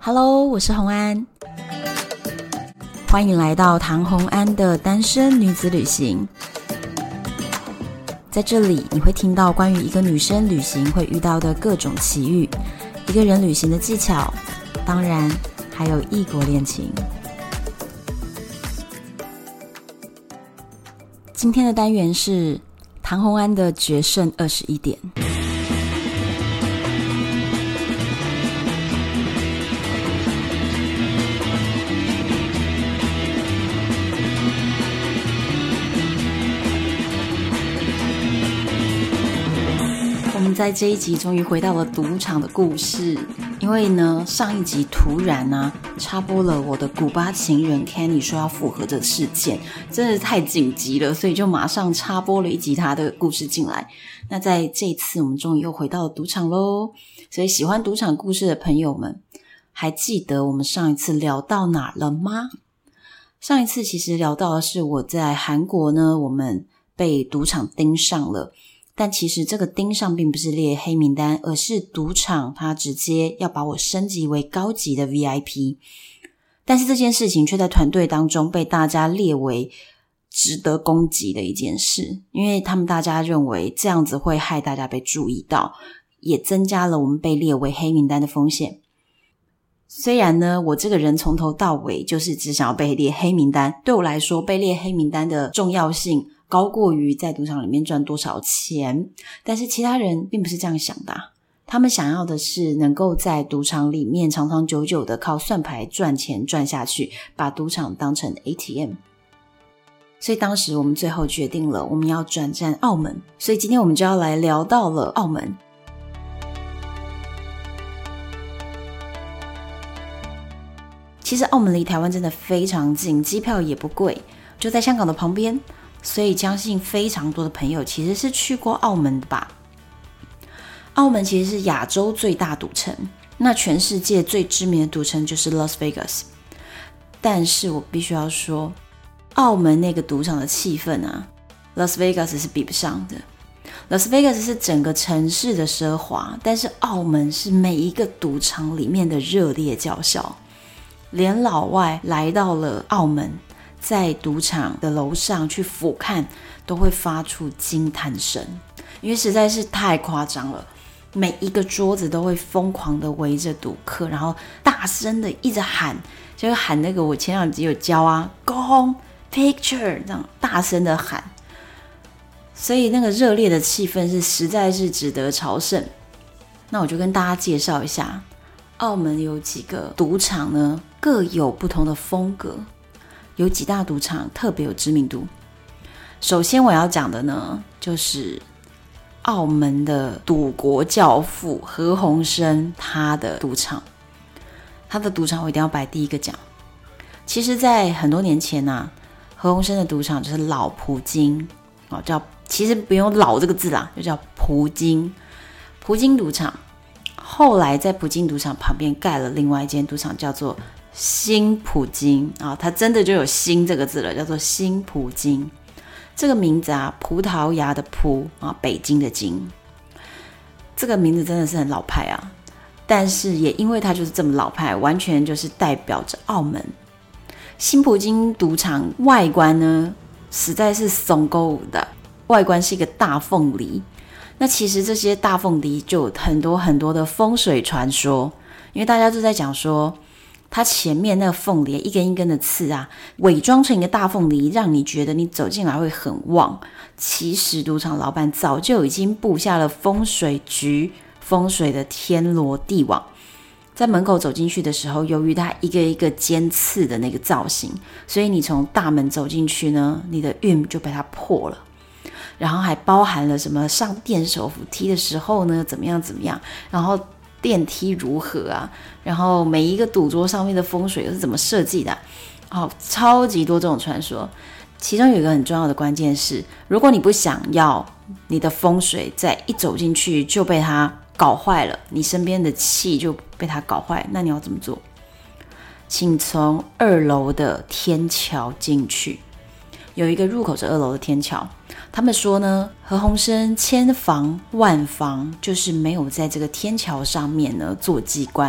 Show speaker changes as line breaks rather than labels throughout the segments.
Hello， 我是洪安，欢迎来到唐洪安的单身女子旅行。在这里，你会听到关于一个女生旅行会遇到的各种奇遇，一个人旅行的技巧，当然还有异国恋情。今天的单元是唐洪安的决胜21点。我们在这一集终于回到了赌场的故事，因为呢上一集突然插播了我的古巴情人 Kenny 说要复合的事件，真的太紧急了，所以就马上插播了一集他的故事进来。那在这一次我们终于又回到了赌场咯，所以喜欢赌场故事的朋友们，还记得我们上一次聊到哪了吗？上一次其实聊到的是我在韩国呢，我们被赌场盯上了，但其实这个盯上并不是列黑名单，而是赌场它直接要把我升级为高级的 VIP。 但是这件事情却在团队当中被大家列为值得攻击的一件事，因为他们大家认为这样子会害大家被注意到，也增加了我们被列为黑名单的风险。虽然呢我这个人从头到尾就是只想要被列黑名单，对我来说被列黑名单的重要性高过于在赌场里面赚多少钱，但是其他人并不是这样想的他们想要的是能够在赌场里面长长久久的靠算牌赚钱赚下去，把赌场当成 ATM。 所以当时我们最后决定了我们要转战澳门，所以今天我们就要来聊到了澳门。其实澳门离台湾真的非常近，机票也不贵，就在香港的旁边，所以相信非常多的朋友其实是去过澳门的吧。澳门其实是亚洲最大赌城，那全世界最知名的赌城就是 Las Vegas。 但是我必须要说，澳门那个赌场的气氛Las Vegas 是比不上的。Las Vegas 是整个城市的奢华，但是澳门是每一个赌场里面的热烈叫嚣，连老外来到了澳门，在赌场的楼上去俯瞰都会发出惊叹声，因为实在是太夸张了。每一个桌子都会疯狂的围着赌客，然后大声的一直喊，就喊那个我前两集有教Go home picture， 这样大声的喊，所以那个热烈的气氛是实在是值得朝圣。那我就跟大家介绍一下，澳门有几个赌场呢，各有不同的风格，有几大赌场特别有知名度。首先我要讲的呢，就是澳门的赌国教父何鸿燊他的赌场。他的赌场我一定要摆第一个讲。其实在很多年前何鸿燊的赌场就是老葡京其实不用老这个字啦，就叫葡京赌场。后来在葡京赌场旁边盖了另外一间赌场，叫做新葡京它真的就有新这个字了，叫做新葡京。这个名字葡萄牙的葡北京的京，这个名字真的是很老派但是也因为它就是这么老派，完全就是代表着澳门。新葡京赌场外观呢实在是怂够的，外观是一个大凤梨。那其实这些大凤梨就有很多很多的风水传说，因为大家都在讲说它前面那个凤梨一根一根的刺伪装成一个大凤梨，让你觉得你走进来会很旺。其实赌场老板早就已经布下了风水局，风水的天罗地网。在门口走进去的时候，由于它一个一个尖刺的那个造型，所以你从大门走进去呢，你的运就被它破了。然后还包含了什么上电手扶梯的时候呢怎么样怎么样，然后电梯如何然后每一个赌桌上面的风水又是怎么设计的超级多这种传说。其中有一个很重要的关键是，如果你不想要你的风水在一走进去就被它搞坏了，你身边的气就被它搞坏，那你要怎么做？请从2楼的天桥进去，有一个入口是2楼的天桥。他们说呢，何鸿燊千防万防，就是没有在这个天桥上面呢做机关。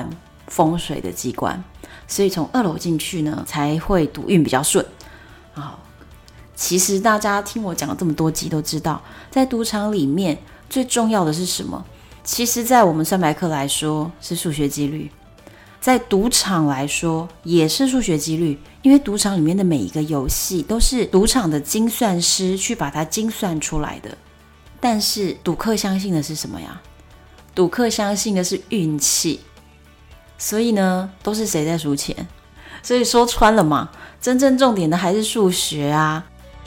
风水的机关，所以从2楼进去呢才会赌运比较顺。其实大家听我讲了这么多集都知道，在赌场里面最重要的是什么？其实在我们300课来说是数学几率，在赌场来说也是数学几率，因为赌场里面的每一个游戏都是赌场的精算师去把它精算出来的。但是赌客相信的是什么呀？赌客相信的是运气，所以呢都是谁在输钱？所以说穿了嘛，真正重点的还是数学啊。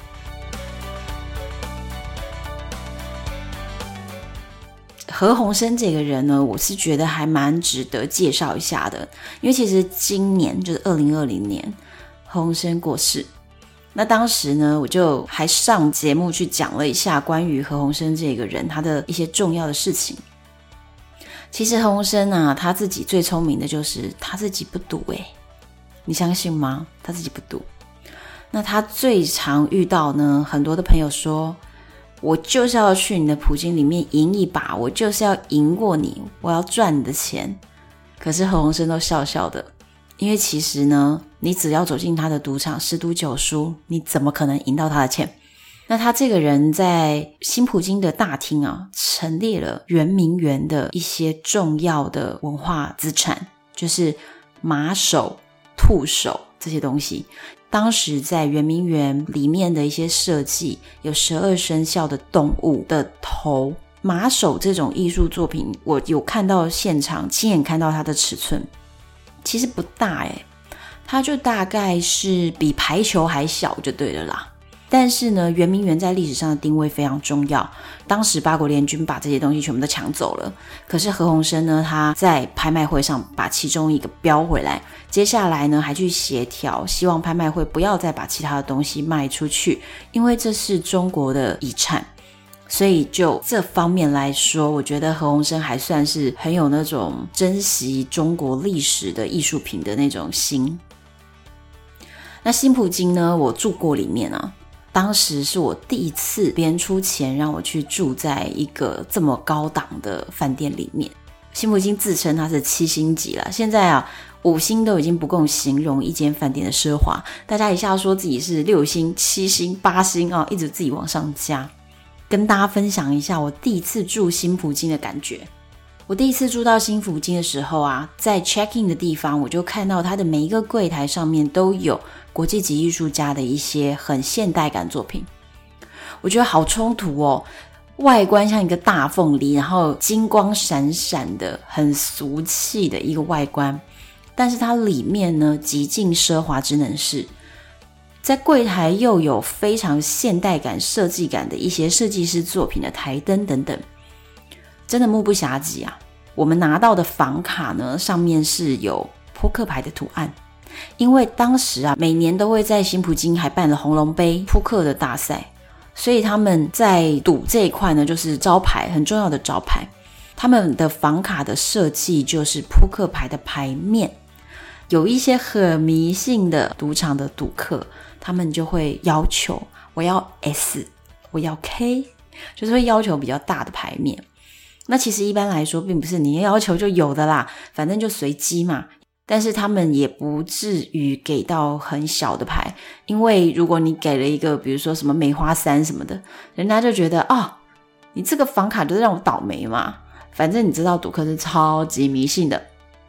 何鸿燊这个人呢，我是觉得还蛮值得介绍一下的，因为其实今年就是2020年何鸿燊过世，那当时呢我就还上节目去讲了一下关于何鸿燊这个人他的一些重要的事情。其实何鸿燊啊，他自己最聪明的就是他自己不赌你相信吗？他自己不赌。那他最常遇到呢，很多的朋友说我就是要去你的普金里面赢一把，我就是要赢过你，我要赚你的钱。可是何鸿燊都笑笑的，因为其实呢，你只要走进他的赌场，10赌9输，你怎么可能赢到他的钱？那他这个人在新普京的大厅啊，陈列了圆明园的一些重要的文化资产，就是马首、兔首这些东西。当时在圆明园里面的一些设计，有12生肖的动物的头，马首这种艺术作品，我有看到现场，亲眼看到它的尺寸，其实不大它就大概是比排球还小就对了啦。但是呢，圆明园在历史上的定位非常重要，当时八国联军把这些东西全部都抢走了，可是何鸿燊呢，他在拍卖会上把其中一个标回来，接下来呢还去协调，希望拍卖会不要再把其他的东西卖出去，因为这是中国的遗产。所以就这方面来说，我觉得何鸿燊还算是很有那种珍惜中国历史的艺术品的那种心。那新普京呢，我住过里面啊，当时是我第一次别人出钱让我去住在一个这么高档的饭店里面。新普京自称他是7星级了，现在啊5星都已经不够形容一间饭店的奢华，大家一下说自己是6星、7星、8星一直自己往上加。跟大家分享一下我第一次住新普京的感觉。我第一次住到新普京的时候啊，在 check in 的地方，我就看到它的每一个柜台上面都有国际级艺术家的一些很现代感作品，我觉得好冲突外观像一个大凤梨，然后金光闪闪的，很俗气的一个外观，但是它里面呢极尽奢华之能事，在柜台又有非常现代感设计感的一些设计师作品的台灯等等，真的目不暇接啊。我们拿到的房卡呢，上面是有扑克牌的图案，因为当时啊每年都会在新普京还办了红龙杯扑克的大赛，所以他们在赌这一块呢就是招牌，很重要的招牌。他们的房卡的设计就是扑克牌的牌面，有一些很迷信的赌场的赌客，他们就会要求我要 S， 我要 K， 就是会要求比较大的牌面。那其实一般来说并不是你要求就有的啦，反正就随机嘛。但是他们也不至于给到很小的牌，因为如果你给了一个比如说什么梅花3什么的，人家就觉得你这个房卡就是让我倒霉嘛。反正你知道赌客是超级迷信的。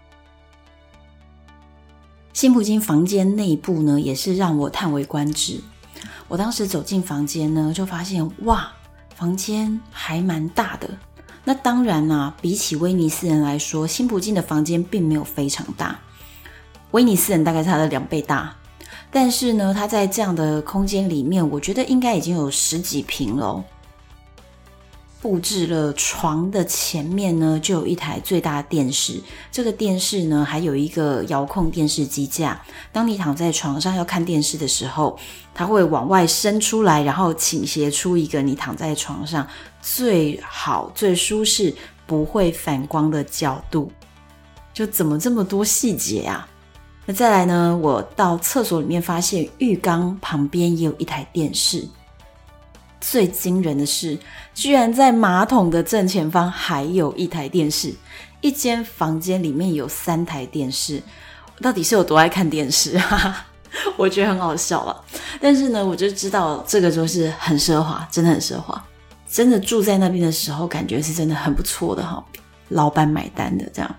新普京房间内部呢也是让我叹为观止。我当时走进房间呢，就发现哇，房间还蛮大的。那当然啊，比起威尼斯人来说，新普京的房间并没有非常大，威尼斯人大概是他的2倍大，但是呢，他在这样的空间里面，我觉得应该已经有10几平了。布置了床的前面呢，就有一台最大的电视，这个电视呢还有一个遥控电视机架，当你躺在床上要看电视的时候，它会往外伸出来，然后倾斜出一个你躺在床上最好最舒适不会反光的角度。就怎么这么多细节啊。那再来呢，我到厕所里面发现浴缸旁边也有一台电视，最惊人的是居然在马桶的正前方还有一台电视， 一间房间里面有3台电视，到底是有多爱看电视啊？我觉得很好笑了。但是呢，我就知道这个就是很奢华，真的很奢华。真的住在那边的时候，感觉是真的很不错的哈，老板买单的这样。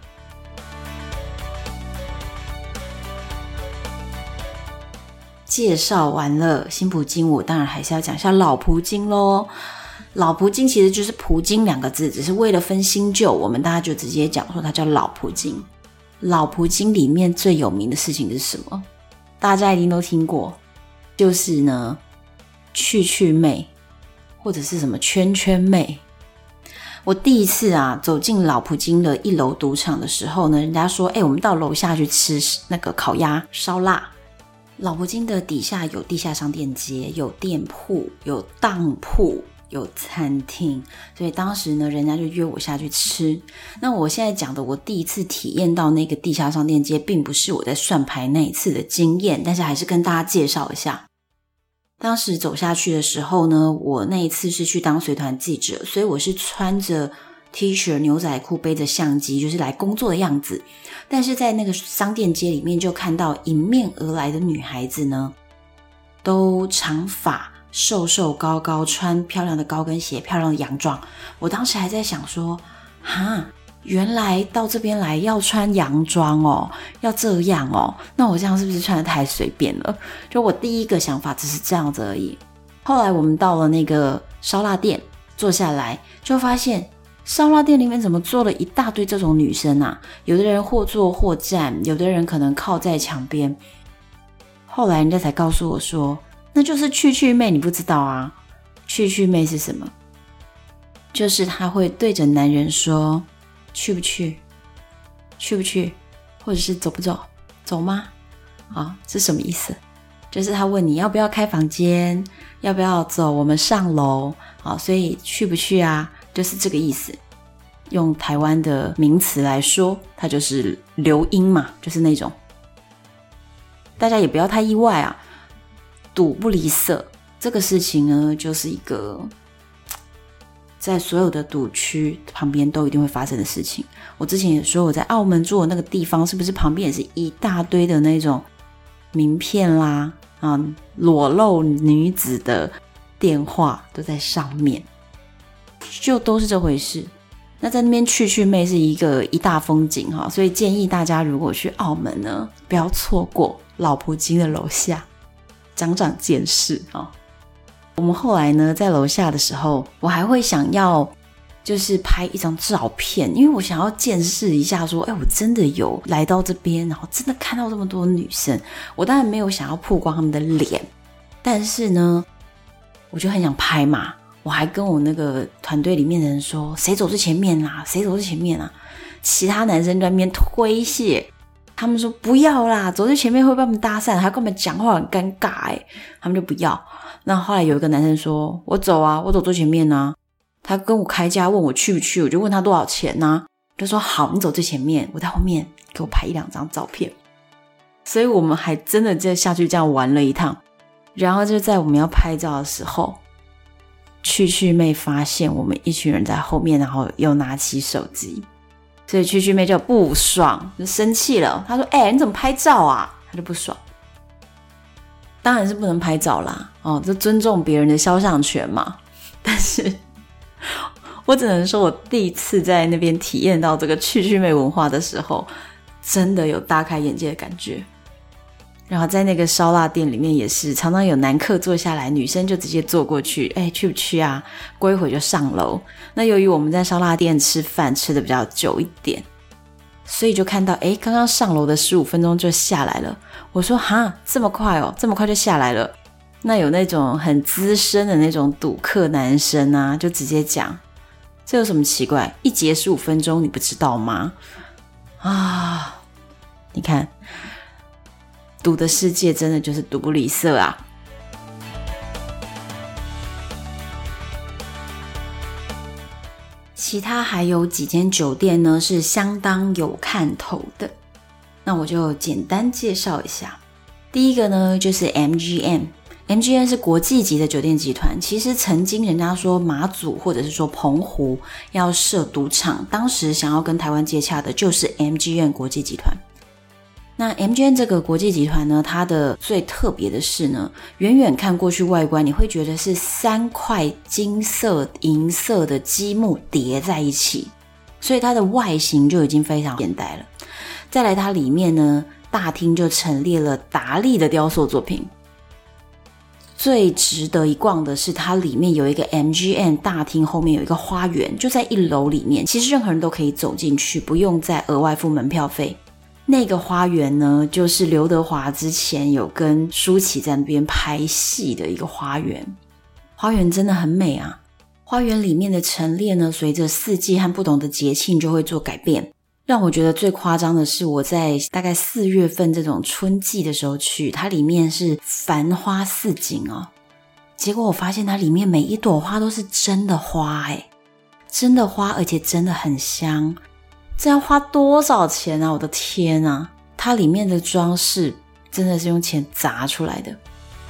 介绍完了新葡京，我当然还是要讲一下老葡京咯。老葡京其实就是葡京2个字，只是为了分新旧，我们大家就直接讲说它叫老葡京。老葡京里面最有名的事情是什么？大家一定都听过，就是呢去妹或者是什么圈圈妹。我第一次走进老葡京的1楼赌场的时候呢，人家说我们到楼下去吃那个烤鸭烧腊。老葡京的底下有地下商店街，有店铺，有当铺，有餐厅，所以当时呢人家就约我下去吃。那我现在讲的我第一次体验到那个地下商店街，并不是我在算牌那一次的经验，但是还是跟大家介绍一下。当时走下去的时候呢，我那一次是去当随团记者，所以我是穿着 T 恤牛仔裤，背着相机，就是来工作的样子。但是在那个商店街里面就看到迎面而来的女孩子呢，都长发，瘦瘦高高，穿漂亮的高跟鞋，漂亮的洋装。我当时还在想说原来到这边来要穿洋装哦，要这样哦，那我这样是不是穿得太随便了？就我第一个想法只是这样子而已。后来我们到了那个烧腊店坐下来，就发现烧腊店里面怎么坐了一大堆这种女生啊，有的人或坐或站，有的人可能靠在墙边。后来人家才告诉我说，那就是去妹，你不知道啊？去妹是什么？就是她会对着男人说去不去，去不去，或者是走不走，走吗？是什么意思？就是他问你要不要开房间，要不要走，我们上楼。所以去不去啊，就是这个意思。用台湾的名词来说，它就是流音嘛，就是那种。大家也不要太意外啊，赌不离色这个事情呢，就是一个在所有的赌区旁边都一定会发生的事情。我之前也说我在澳门住的那个地方，是不是旁边也是一大堆的那种名片啦，裸露女子的电话都在上面，就都是这回事。那在那边去妹是一大风景哈，所以建议大家如果去澳门呢，不要错过老葡京的楼下，长见识啊。我们后来呢，在楼下的时候，我还会想要就是拍一张照片，因为我想要见识一下说，我真的有来到这边，然后真的看到这么多女生。我当然没有想要曝光他们的脸，但是呢，我就很想拍嘛。我还跟我那个团队里面的人说，谁走最前面啊，谁走最前面啊。其他男生在那边推卸，他们说不要啦，走在前面会被他们搭讪，还跟我们讲话很尴尬他们就不要。那后来有一个男生说，我走啊，我走最前面啊。他跟我开价问我去不去，我就问他多少钱啊，就说好，你走最前面，我在后面，给我拍1-2张照片。所以我们还真的就下去这样玩了一趟。然后就在我们要拍照的时候，去妹发现我们一群人在后面，然后又拿起手机，所以去妹就不爽，就生气了。他说你怎么拍照啊？他就不爽。当然是不能拍照啦，就尊重别人的肖像权嘛。但是我只能说，我第一次在那边体验到这个去妹文化的时候，真的有大开眼界的感觉。然后在那个烧腊店里面也是，常常有男客坐下来，女生就直接坐过去，去不去啊？过一会就上楼。那由于我们在烧腊店吃饭吃的比较久一点，所以就看到刚刚上楼的15分钟就下来了。我说这么快哦，这么快就下来了。那有那种很资深的那种赌客男生啊，就直接讲，这有什么奇怪？一节15分钟，你不知道吗？你看，赌的世界真的就是赌不离色啊。其他还有几间酒店呢，是相当有看头的，那我就简单介绍一下。第一个呢就是 MGM， MGM 是国际级的酒店集团，其实曾经人家说马祖或者是说澎湖要设赌场，当时想要跟台湾接洽的就是 MGM 国际集团。那 MGM 这个国际集团呢，它的最特别的是呢，远远看过去外观你会觉得是3块金色银色的积木叠在一起，所以它的外形就已经非常现代了。再来它里面呢，大厅就陈列了达利的雕塑作品。最值得一逛的是它里面有一个 MGM 大厅，后面有一个花园，就在1楼里面，其实任何人都可以走进去，不用再额外付门票费。那个花园呢，就是刘德华之前有跟舒淇在那边拍戏的一个花园。花园真的很美啊，花园里面的陈列呢，随着四季和不同的节庆就会做改变。让我觉得最夸张的是，我在大概4月份这种春季的时候去，它里面是繁花似锦哦。结果我发现它里面每一朵花都是真的花真的花，而且真的很香。这要花多少钱啊？我的天啊！它里面的装饰真的是用钱砸出来的。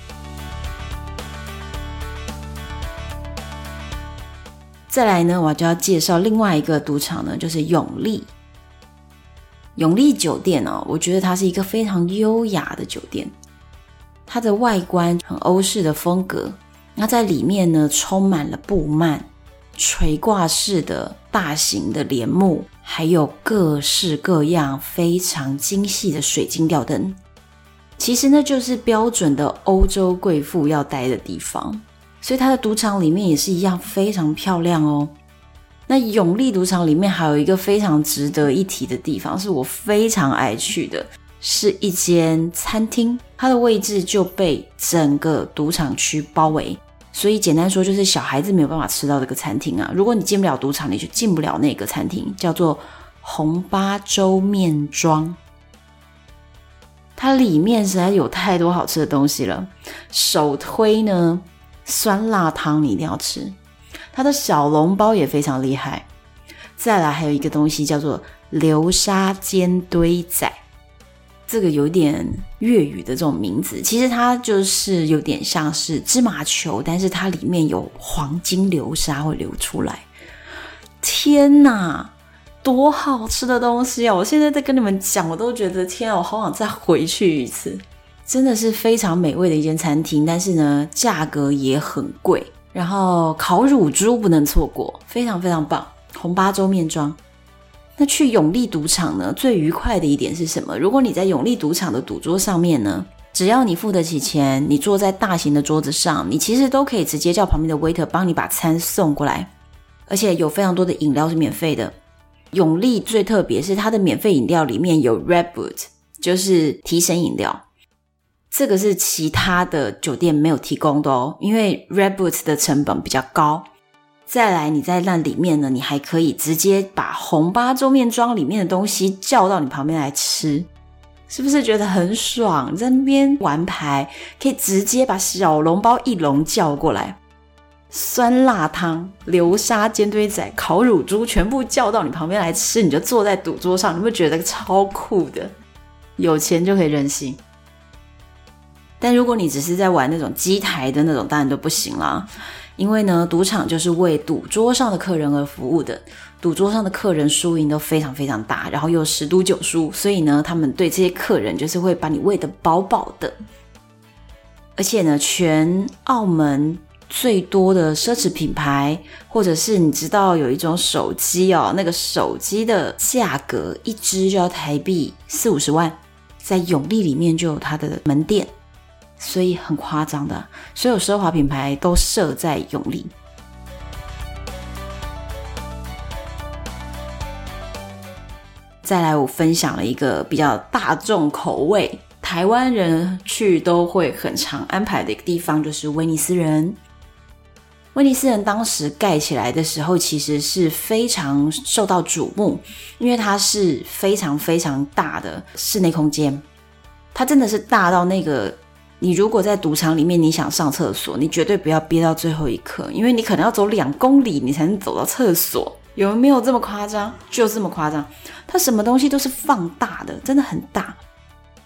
再来呢，我就要介绍另外一个赌场呢，就是永利。永利酒店哦，我觉得它是一个非常优雅的酒店，它的外观很欧式的风格，那在里面呢充满了布幔、垂挂式的大型的帘幕，还有各式各样非常精细的水晶吊灯。其实呢就是标准的欧洲贵妇要待的地方，所以它的赌场里面也是一样非常漂亮哦。那永利赌场里面还有一个非常值得一提的地方，是我非常爱去的，是一间餐厅，它的位置就被整个赌场区包围，所以简单说就是小孩子没有办法吃到这个餐厅啊。如果你进不了赌场，你就进不了那个餐厅，叫做红八洲面庄。它里面实在有太多好吃的东西了，首推呢酸辣汤你一定要吃，它的小笼包也非常厉害。再来还有一个东西叫做流沙煎堆仔，这个有点粤语的这种名字，其实它就是有点像是芝麻球，但是它里面有黄金流沙会流出来。天哪，多好吃的东西啊！我现在在跟你们讲，我都觉得天啊，我好想再回去一次。真的是非常美味的一间餐厅，但是呢价格也很贵，然后烤乳猪不能错过，非常非常棒。红八洲面庄。那去永利赌场呢，最愉快的一点是什么？如果你在永利赌场的赌桌上面呢，只要你付得起钱，你坐在大型的桌子上，你其实都可以直接叫旁边的 waiter 帮你把餐送过来，而且有非常多的饮料是免费的。永利最特别是它的免费饮料里面有 Red Bull， 就是提神饮料，这个是其他的酒店没有提供的哦，因为 Red Bull 的成本比较高。再来你在那里面呢，你还可以直接把红八洲面庄里面的东西叫到你旁边来吃，是不是觉得很爽？你在那边玩牌可以直接把小笼包一笼叫过来，酸辣汤、流沙煎堆仔、烤乳猪全部叫到你旁边来吃，你就坐在赌桌上，你会觉得超酷的。有钱就可以任性。但如果你只是在玩那种机台的那种，当然都不行啦。因为呢，赌场就是为赌桌上的客人而服务的，赌桌上的客人输赢都非常非常大，然后又10赌9输，所以呢，他们对这些客人就是会把你喂得饱饱的。而且呢，全澳门最多的奢侈品牌，或者是你知道有一种手机哦，那个手机的价格一支就要台币40-50万，在永利里面就有它的门店。所以很夸张的，所有奢华品牌都设在永利。再来我分享了一个比较大众口味，台湾人去都会很常安排的一个地方，就是威尼斯人。威尼斯人当时盖起来的时候其实是非常受到瞩目，因为它是非常非常大的室内空间，它真的是大到那个你如果在赌场里面你想上厕所，你绝对不要憋到最后一刻，因为你可能要走2公里你才能走到厕所。有没有这么夸张？就这么夸张，它什么东西都是放大的，真的很大。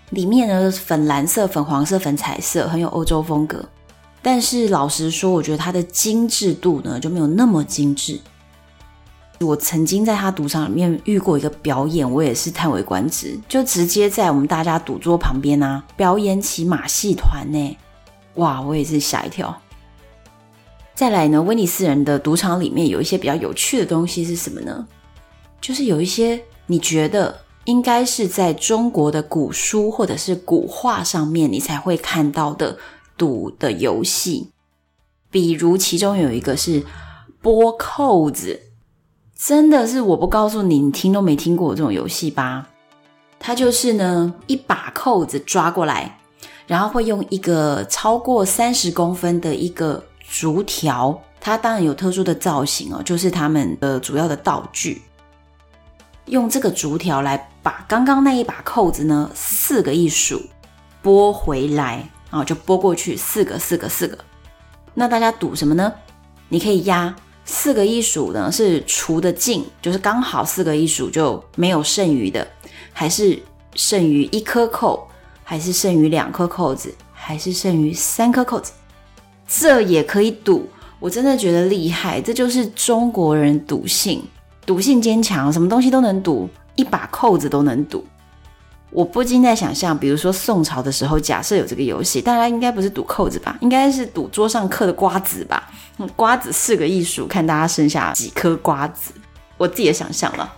里面呢粉蓝色、粉黄色、粉彩色，很有欧洲风格。但是老实说，我觉得它的精致度呢就没有那么精致。我曾经在他赌场里面遇过一个表演，我也是叹为观止，就直接在我们大家赌桌旁边啊表演起马戏团呢，哇，我也是吓一跳。再来呢，威尼斯人的赌场里面有一些比较有趣的东西是什么呢？就是有一些你觉得应该是在中国的古书或者是古画上面你才会看到的赌的游戏，比如其中有一个是拨扣子，真的是我不告诉你，你听都没听过这种游戏吧？它就是呢，一把扣子抓过来，然后会用一个超过30公分的一个竹条，它当然有特殊的造型哦，就是他们的主要的道具。用这个竹条来把刚刚那一把扣子呢4个一数拨回来，就拨过去4个。那大家赌什么呢？你可以压4个一数呢是除的净，就是刚好4个一数就没有剩余的，还是剩余1颗扣，还是剩余2颗扣子，还是剩余3颗扣子，这也可以赌。我真的觉得厉害，这就是中国人赌性坚强，什么东西都能赌，一把扣子都能赌。我不禁在想象，比如说宋朝的时候，假设有这个游戏，大家应该不是赌扣子吧，应该是赌桌上嗑的瓜子吧，瓜子4个一数，看大家剩下几颗瓜子，我自己的想象了。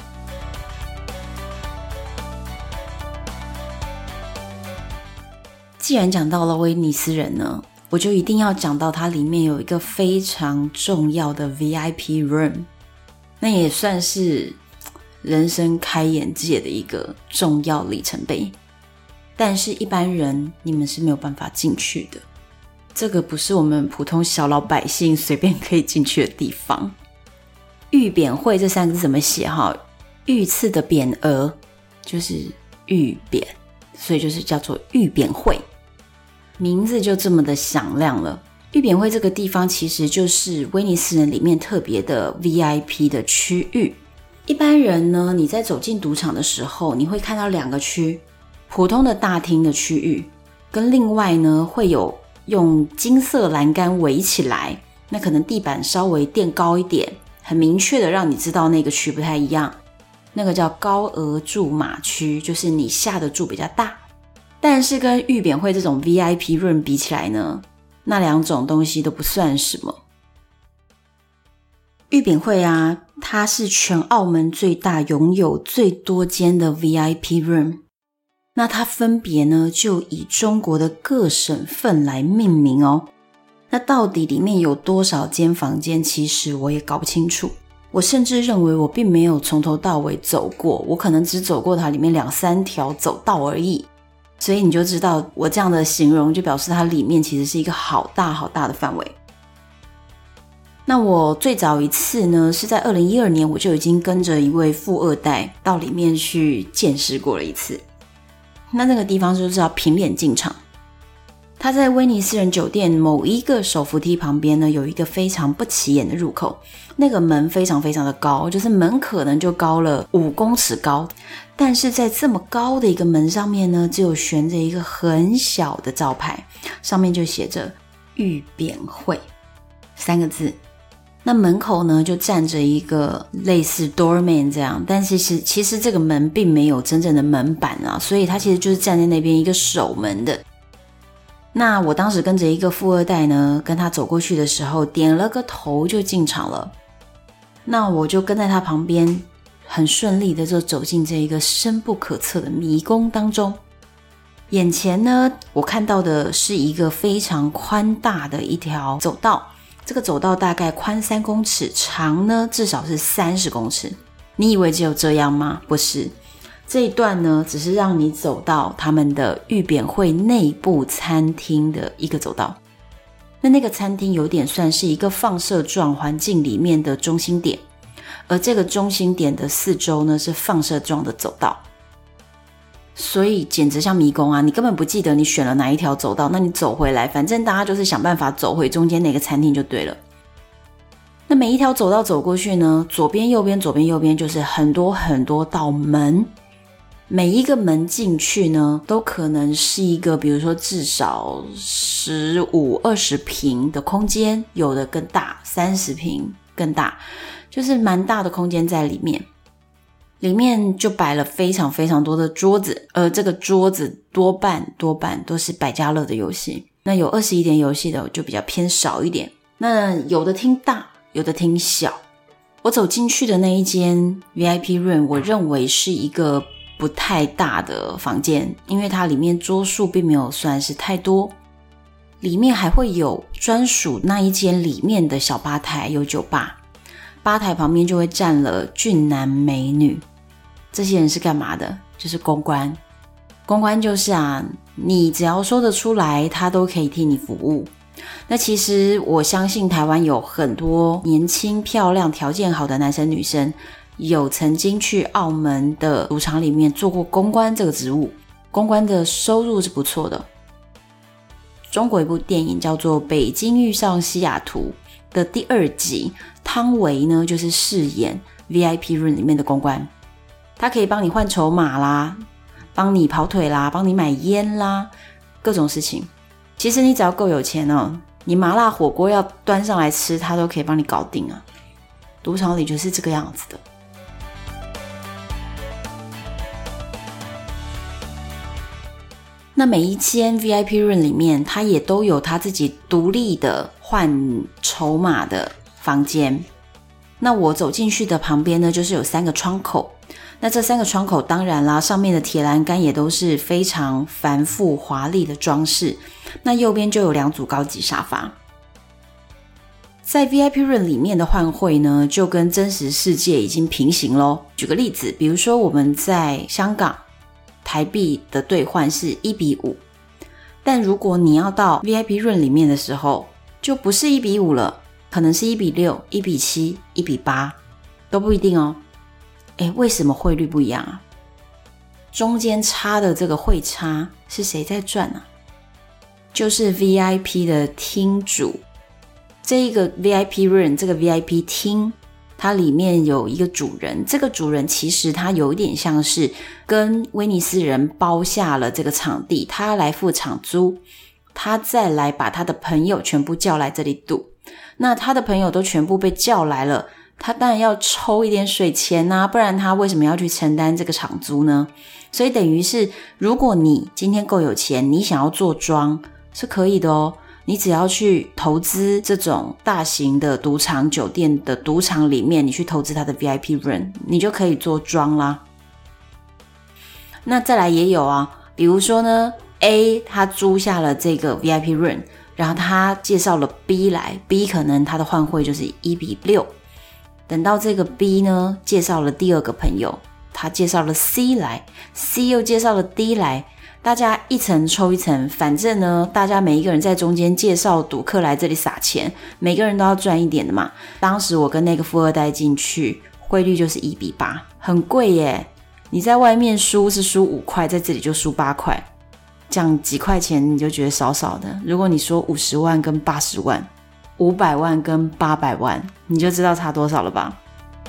既然讲到了威尼斯人呢，我就一定要讲到它里面有一个非常重要的 VIP room， 那也算是人生开眼界的一个重要里程碑，但是一般人你们是没有办法进去的，这个不是我们普通小老百姓随便可以进去的地方。玉匾会这3个字怎么写哈？玉刺的匾额就是玉匾，所以就是叫做玉匾会，名字就这么的响亮了。玉匾会这个地方其实就是威尼斯人里面特别的 VIP 的区域。一般人呢，你在走进赌场的时候，你会看到2个区，普通的大厅的区域，跟另外呢会有用金色栏杆围起来，那可能地板稍微垫高一点，很明确的让你知道那个区不太一样，那个叫高额注码区，就是你下的注比较大。但是跟玉匾会这种 VIP room 比起来呢，那2种东西都不算什么。玉匾会啊，它是全澳门最大拥有最多间的 VIP room， 那它分别呢就以中国的各省份来命名哦。那到底里面有多少间房间，其实我也搞不清楚，我甚至认为我并没有从头到尾走过，我可能只走过它里面2-3条走道而已，所以你就知道我这样的形容就表示它里面其实是一个好大好大的范围。那我最早一次呢是在2012年，我就已经跟着一位富二代到里面去见识过了一次。那个地方就是要凭脸进场，他在威尼斯人酒店某一个手扶梯旁边呢有一个非常不起眼的入口，那个门非常非常的高，就是门可能就高了5公尺高，但是在这么高的一个门上面呢只有悬着一个很小的招牌，上面就写着玉匾会3个字。那门口呢就站着一个类似 doorman 这样，但其实这个门并没有真正的门板啊，所以他其实就是站在那边一个守门的。那我当时跟着一个富二代呢，跟他走过去的时候，点了个头就进场了。那我就跟在他旁边，很顺利的就走进这一个深不可测的迷宫当中。眼前呢，我看到的是一个非常宽大的一条走道，这个走道大概宽3公尺，长呢至少是30公尺。你以为只有这样吗？不是，这一段呢只是让你走到他们的玉匾会内部餐厅的一个走道。那个餐厅有点算是一个放射状环境里面的中心点，而这个中心点的4周呢是放射状的走道，所以简直像迷宫啊！你根本不记得你选了哪一条走道，那你走回来，反正大家就是想办法走回中间那个餐厅就对了。那每一条走道走过去呢，左边右边左边右边就是很多很多道门， 每一个门进去呢，都可能是一个比如说至少15-20平的空间，有的更大，30平更大，就是蛮大的空间在里面。里面就摆了非常非常多的桌子，这个桌子多半都是百家乐的游戏。那有21点游戏的就比较偏少一点，那有的厅大，有的厅小。我走进去的那一间 VIP room， 我认为是一个不太大的房间，因为它里面桌数并没有算是太多。里面还会有专属那一间里面的小吧台，有酒吧，吧台旁边就会站了俊男美女。这些人是干嘛的？就是公关。公关就是你只要说得出来，他都可以替你服务。那其实我相信台湾有很多年轻漂亮条件好的男生女生，有曾经去澳门的赌场里面做过公关这个职务，公关的收入是不错的。中国一部电影叫做《北京遇上西雅图》的第2集，汤唯呢就是饰演 VIP room 里面的公关，他可以帮你换筹码啦，帮你跑腿啦，帮你买烟啦，各种事情。其实你只要够有钱你麻辣火锅要端上来吃，他都可以帮你搞定啊。赌场里就是这个样子的。那每一间 VIP room 里面，它也都有它自己独立的换筹码的房间。那我走进去的旁边呢，就是有3个窗口。那这3个窗口当然啦，上面的铁栏杆也都是非常繁复华丽的装饰。那右边就有2组高级沙发。在 VIP room 里面的换汇呢，就跟真实世界已经平行咯。举个例子，比如说我们在香港台币的兑换是1:5，但如果你要到 VIP room 里面的时候，就不是1:5了，可能是1:6、1:7、1:8，都不一定哦。为什么汇率不一样啊？中间差的这个汇差是谁在赚啊？就是 VIP 的厅主。这一个 VIP room， 这个 VIP 厅，它里面有一个主人，这个主人其实他有一点像是跟威尼斯人包下了这个场地，他来付场租，他再来把他的朋友全部叫来这里赌。那他的朋友都全部被叫来了，他当然要抽一点水钱啊，不然他为什么要去承担这个场租呢？所以等于是，如果你今天够有钱，你想要做庄是可以的哦。你只要去投资这种大型的赌场、酒店的赌场里面，你去投资它的 VIP room， 你就可以做庄啦。那再来也有比如说呢 A 他租下了这个 VIP room， 然后他介绍了 B 来， B 可能他的换汇就是1:6，等到这个 B 呢介绍了第2个朋友，他介绍了 C 来， C 又介绍了 D 来，大家一层抽一层，反正呢大家每一个人在中间介绍赌客来这里撒钱，每个人都要赚一点的嘛。当时我跟那个富二代进去，汇率就是1:8，很贵耶。你在外面输是输5块，在这里就输8块，这样几块钱你就觉得少少的。如果你说50万跟80万，500万跟800万，你就知道差多少了吧。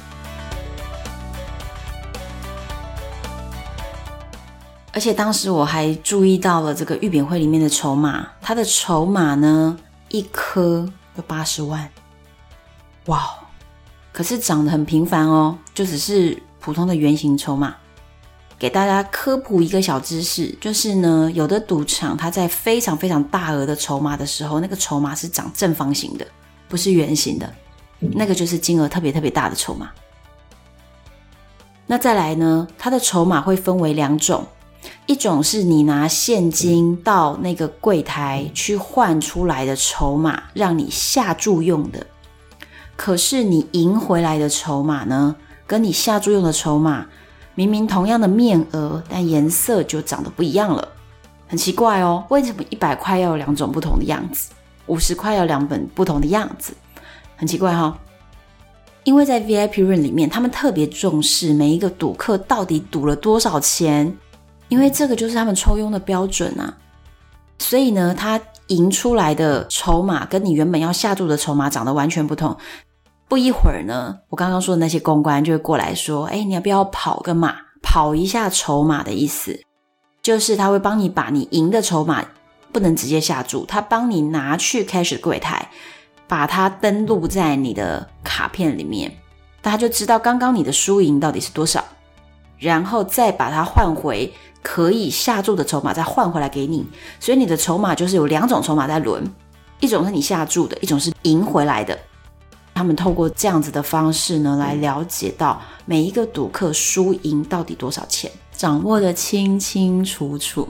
而且当时我还注意到了这个玉扁会里面的筹码，它的筹码呢一颗有80万，哇！可是长得很平凡哦，就只是普通的圆形筹码。给大家科普一个小知识，就是呢，有的赌场它在非常非常大额的筹码的时候，那个筹码是长正方形的，不是圆形的，那个就是金额特别特别大的筹码。那再来呢，它的筹码会分为2种，一种是你拿现金到那个柜台去换出来的筹码，让你下注用的。可是你赢回来的筹码呢，跟你下注用的筹码明明同样的面额，但颜色就长得不一样了，很奇怪哦。为什么100块要有2种不同的样子，50块要2本不同的样子，很奇怪哦。因为在 VIP room 里面，他们特别重视每一个赌客到底赌了多少钱，因为这个就是他们抽佣的标准啊。所以呢，他赢出来的筹码跟你原本要下注的筹码长得完全不同。不一会儿呢，我刚刚说的那些公关就会过来说，你要不要跑个码， 跑一下筹码的意思，就是他会帮你把你赢的筹码不能直接下注，他帮你拿去 cash 的柜台，把它登录在你的卡片里面，大家就知道刚刚你的输赢到底是多少，然后再把它换回可以下注的筹码，再换回来给你。所以你的筹码就是有2种筹码在轮，一种是你下注的，一种是赢回来的。他们透过这样子的方式呢，来了解到每一个赌客输赢到底多少钱，掌握得清清楚楚。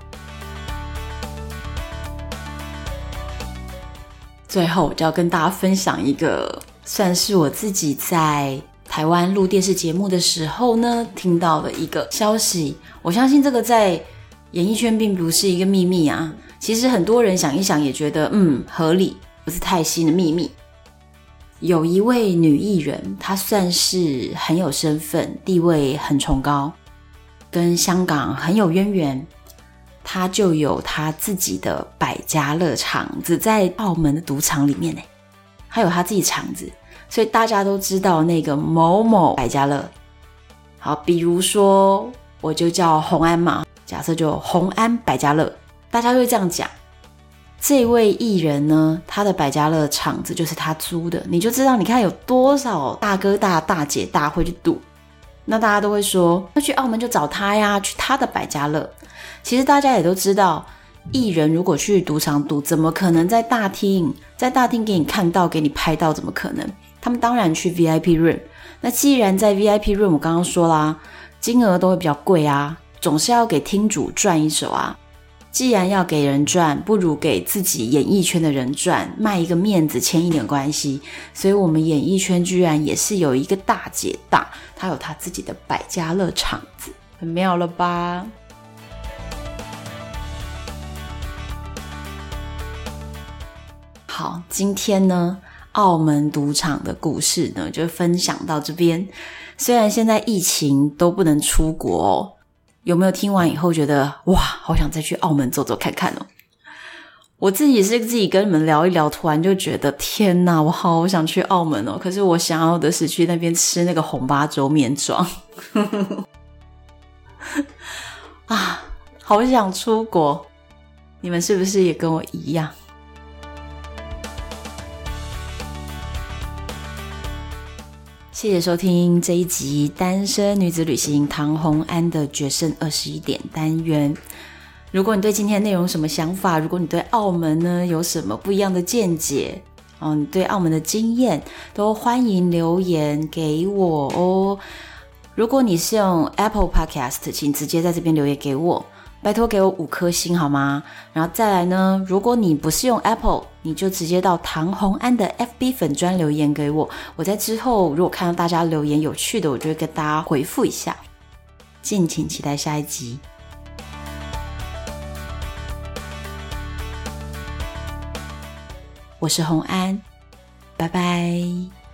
最后我就要跟大家分享一个算是我自己在台湾录电视节目的时候呢听到的一个消息，我相信这个在演艺圈并不是一个秘密啊，其实很多人想一想也觉得合理，不是太新的秘密。有一位女艺人，她算是很有身份，地位很崇高，跟香港很有渊源，她就有她自己的百家乐场子在澳门的赌场里面，还有她自己场子，所以大家都知道那个某某百家乐。好，比如说我就叫红安嘛，假设就红安百家乐，大家会这样讲。这位艺人呢，他的百家乐场子就是他租的，你就知道你看有多少大哥大姐大会去赌。那大家都会说，那去澳门就找他呀，去他的百家乐。其实大家也都知道，艺人如果去赌场赌，怎么可能在大厅给你看到给你拍到，怎么可能？他们当然去 VIP room。 那既然在 VIP room， 我刚刚说啦，金额都会比较贵啊，总是要给厅主赚一手啊。既然要给人赚，不如给自己演艺圈的人赚，卖一个面子，牵一点关系。所以我们演艺圈居然也是有一个大姐大，她有她自己的百家乐场子，很妙了吧？好，今天呢，澳门赌场的故事呢，就分享到这边。虽然现在疫情都不能出国哦，有没有听完以后觉得哇，好想再去澳门走走看看哦？我自己是自己跟你们聊一聊，突然就觉得天哪，我好想去澳门哦！可是我想要的是去那边吃那个红八粥面庄啊，好想出国！你们是不是也跟我一样？谢谢收听这一集单身女子旅行唐红安的决胜21点单元。如果你对今天的内容有什么想法，如果你对澳门呢有什么不一样的见解，你对澳门的经验，都欢迎留言给我哦。如果你是用 Apple Podcast， 请直接在这边留言给我，拜托给我5颗星好吗？然后再来呢，如果你不是用 Apple， 你就直接到唐红安的 FB 粉专留言给我，我在之后如果看到大家留言有趣的，我就会跟大家回复一下。敬请期待下一集。我是红安，拜拜。